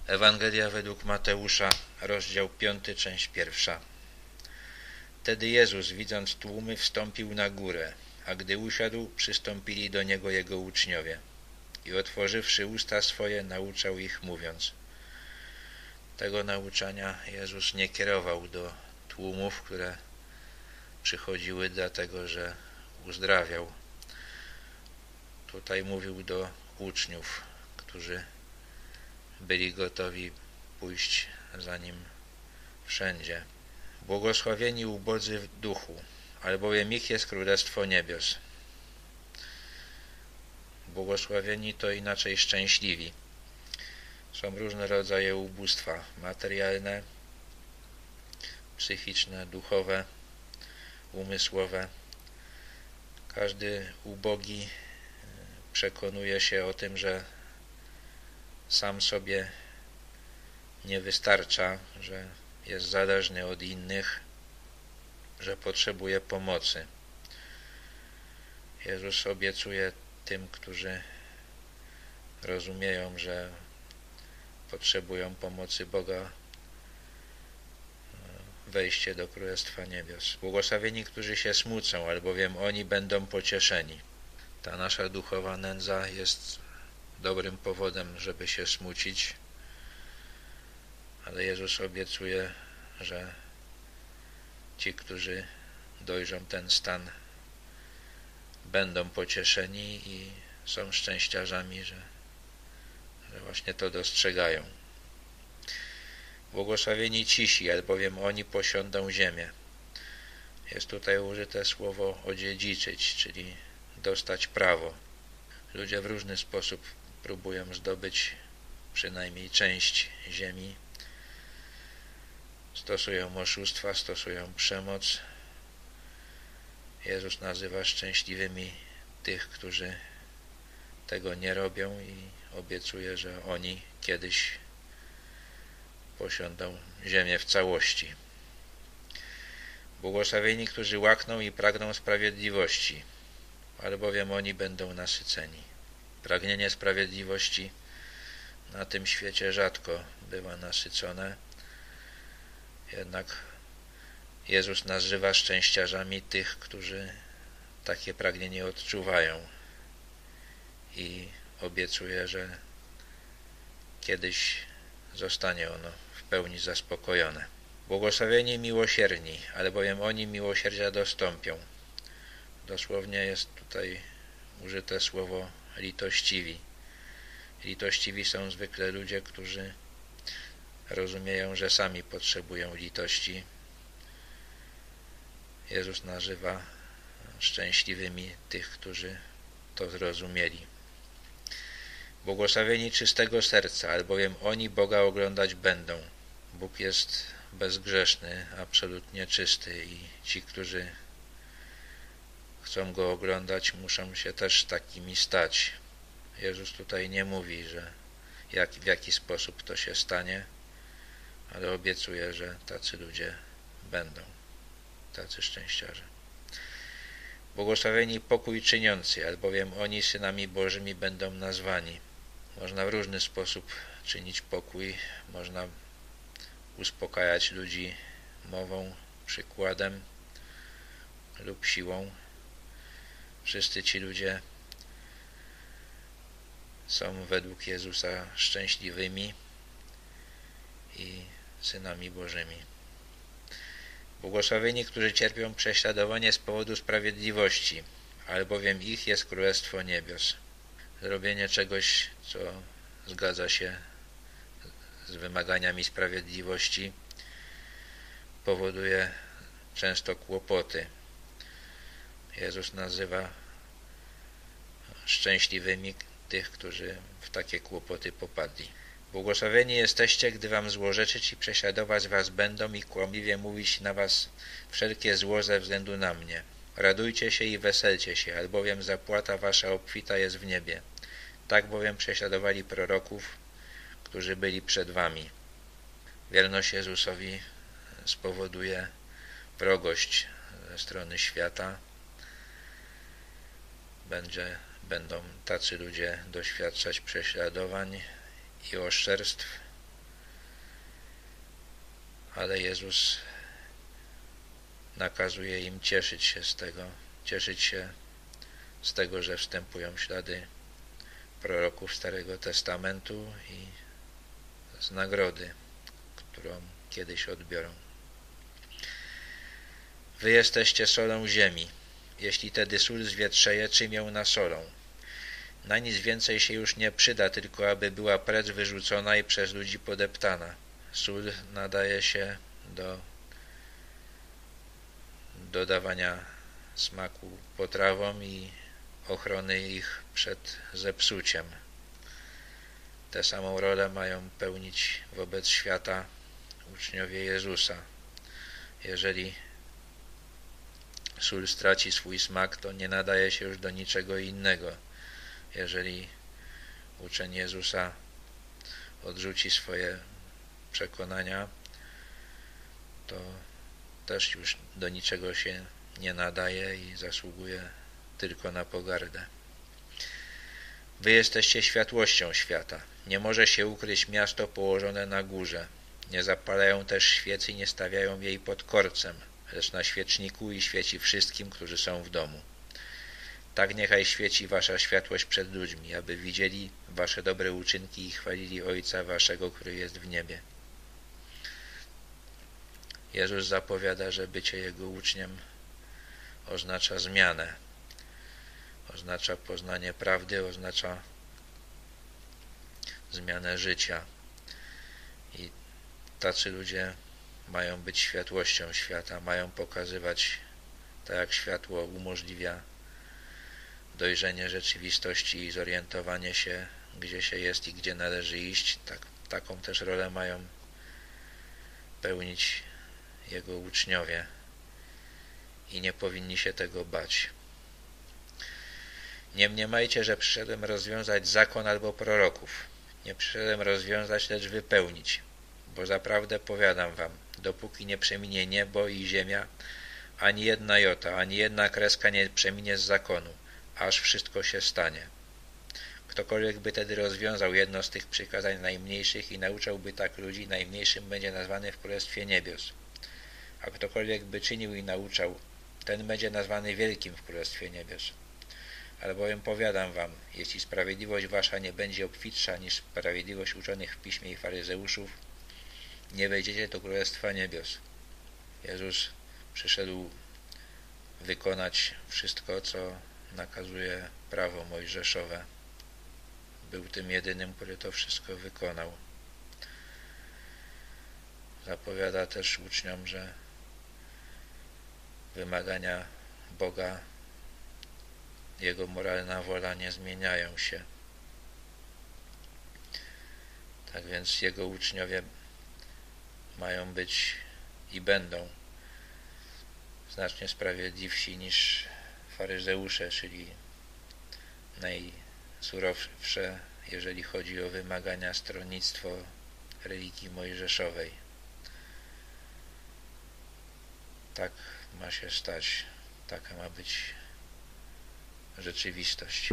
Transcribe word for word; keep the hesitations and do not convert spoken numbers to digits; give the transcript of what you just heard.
Ewangelia według Mateusza, rozdział piąty, część pierwsza. Wtedy Jezus, widząc tłumy, wstąpił na górę, a gdy usiadł, przystąpili do Niego Jego uczniowie. I otworzywszy usta swoje, nauczał ich, mówiąc. Tego nauczania Jezus nie kierował do tłumów, które przychodziły dlatego, że uzdrawiał. Tutaj mówił do uczniów, którzy byli gotowi pójść za Nim wszędzie. Błogosławieni ubodzy w duchu, albowiem ich jest Królestwo Niebios. Błogosławieni to inaczej szczęśliwi. Są różne rodzaje ubóstwa, materialne, psychiczne, duchowe, umysłowe. Każdy ubogi przekonuje się o tym, że sam sobie nie wystarcza, że jest zależny od innych, że potrzebuje pomocy. Jezus obiecuje tym, którzy rozumieją, że potrzebują pomocy Boga, wejście do Królestwa Niebios. Błogosławieni, którzy się smucą, albowiem oni będą pocieszeni. Ta nasza duchowa nędza jest dobrym powodem, żeby się smucić, ale Jezus obiecuje, że ci, którzy dojrzą ten stan, będą pocieszeni i są szczęściarzami, że, że właśnie to dostrzegają. Błogosławieni cisi, albowiem oni posiądą ziemię. Jest tutaj użyte słowo odziedziczyć, czyli dostać prawo. Ludzie w różny sposób próbują zdobyć przynajmniej część ziemi. Stosują oszustwa, stosują przemoc. Jezus nazywa szczęśliwymi tych, którzy tego nie robią i obiecuje, że oni kiedyś posiądą ziemię w całości. Błogosławieni, którzy łakną i pragną sprawiedliwości, albowiem oni będą nasyceni. Pragnienie sprawiedliwości na tym świecie rzadko bywa nasycone, jednak Jezus nazywa szczęściarzami tych, którzy takie pragnienie odczuwają i obiecuje, że kiedyś zostanie ono w pełni zaspokojone. Błogosławieni miłosierni, albowiem oni miłosierdzia dostąpią. Dosłownie jest tutaj użyte słowo litościwi. Litościwi są zwykle ludzie, którzy rozumieją, że sami potrzebują litości. Jezus nazywa szczęśliwymi tych, którzy to zrozumieli. Błogosławieni czystego serca, albowiem oni Boga oglądać będą. Bóg jest bezgrzeszny, absolutnie czysty i ci, którzy chcą Go oglądać, muszą się też takimi stać. Jezus tutaj nie mówi, że jak, w jaki sposób to się stanie, ale obiecuje, że tacy ludzie będą, tacy szczęściarze. Błogosławieni pokój czyniący, albowiem oni synami Bożymi będą nazwani. Można w różny sposób czynić pokój, można uspokajać ludzi mową, przykładem lub siłą. Wszyscy ci ludzie są według Jezusa szczęśliwymi i synami Bożymi. Błogosławieni, którzy cierpią prześladowanie z powodu sprawiedliwości, albowiem ich jest Królestwo Niebios. Zrobienie czegoś, co zgadza się z wymaganiami sprawiedliwości, powoduje często kłopoty. Jezus nazywa szczęśliwymi tych, którzy w takie kłopoty popadli. Błogosławieni jesteście, gdy wam złorzeczyć i prześladować was będą i kłamliwie mówić na was wszelkie zło ze względu na mnie. Radujcie się i weselcie się, albowiem zapłata wasza obfita jest w niebie. Tak bowiem prześladowali proroków, którzy byli przed wami. Wierność Jezusowi spowoduje wrogość ze strony świata. Będzie, będą tacy ludzie doświadczać prześladowań i oszczerstw, ale Jezus nakazuje im cieszyć się z tego, cieszyć się z tego, że wstępują w ślady proroków Starego Testamentu i z nagrody, którą kiedyś odbiorą. Wy jesteście solą ziemi. Jeśli tedy sól zwietrzeje, czym ją nasolą? Na nic więcej się już nie przyda, tylko aby była precz wyrzucona i przez ludzi podeptana. Sól nadaje się do dodawania smaku potrawom i ochrony ich przed zepsuciem. Tę samą rolę mają pełnić wobec świata uczniowie Jezusa. Jeżeli sól straci swój smak, to nie nadaje się już do niczego innego. Jeżeli uczeń Jezusa odrzuci swoje przekonania, to też już do niczego się nie nadaje i zasługuje tylko na pogardę. Wy jesteście światłością świata. Nie może się ukryć miasto położone na górze. Nie zapalają też świecy i nie stawiają jej pod korcem, lecz na świeczniku i świeci wszystkim, którzy są w domu. Tak niechaj świeci wasza światłość przed ludźmi, aby widzieli wasze dobre uczynki i chwalili Ojca waszego, który jest w niebie. Jezus zapowiada, że bycie Jego uczniem oznacza zmianę, oznacza poznanie prawdy, oznacza zmianę życia. I tacy ludzie mają być światłością świata, mają pokazywać, tak jak światło umożliwia dojrzenie rzeczywistości i zorientowanie się, gdzie się jest i gdzie należy iść. Tak, taką też rolę mają pełnić Jego uczniowie i nie powinni się tego bać. Nie mniemajcie, że przyszedłem rozwiązać zakon albo proroków. Nie przyszedłem rozwiązać, lecz wypełnić. Bo zaprawdę powiadam wam, dopóki nie przeminie niebo i ziemia, ani jedna jota, ani jedna kreska nie przeminie z zakonu, aż wszystko się stanie. Ktokolwiek by tedy rozwiązał jedno z tych przykazań najmniejszych i nauczałby tak ludzi, najmniejszym będzie nazwany w Królestwie Niebios. A ktokolwiek by czynił i nauczał, ten będzie nazwany wielkim w Królestwie Niebios. Albowiem powiadam wam, jeśli sprawiedliwość wasza nie będzie obfitsza niż sprawiedliwość uczonych w piśmie i faryzeuszów, nie wejdziecie do Królestwa Niebios. Jezus przyszedł wykonać wszystko, co nakazuje prawo mojżeszowe. Był tym jedynym, który to wszystko wykonał. Zapowiada też uczniom, że wymagania Boga, Jego moralna wola nie zmieniają się. Tak więc Jego uczniowie mają być i będą znacznie sprawiedliwsi niż faryzeusze, czyli najsurowsze, jeżeli chodzi o wymagania, stronnictwo religii mojżeszowej. Tak ma się stać, taka ma być rzeczywistość.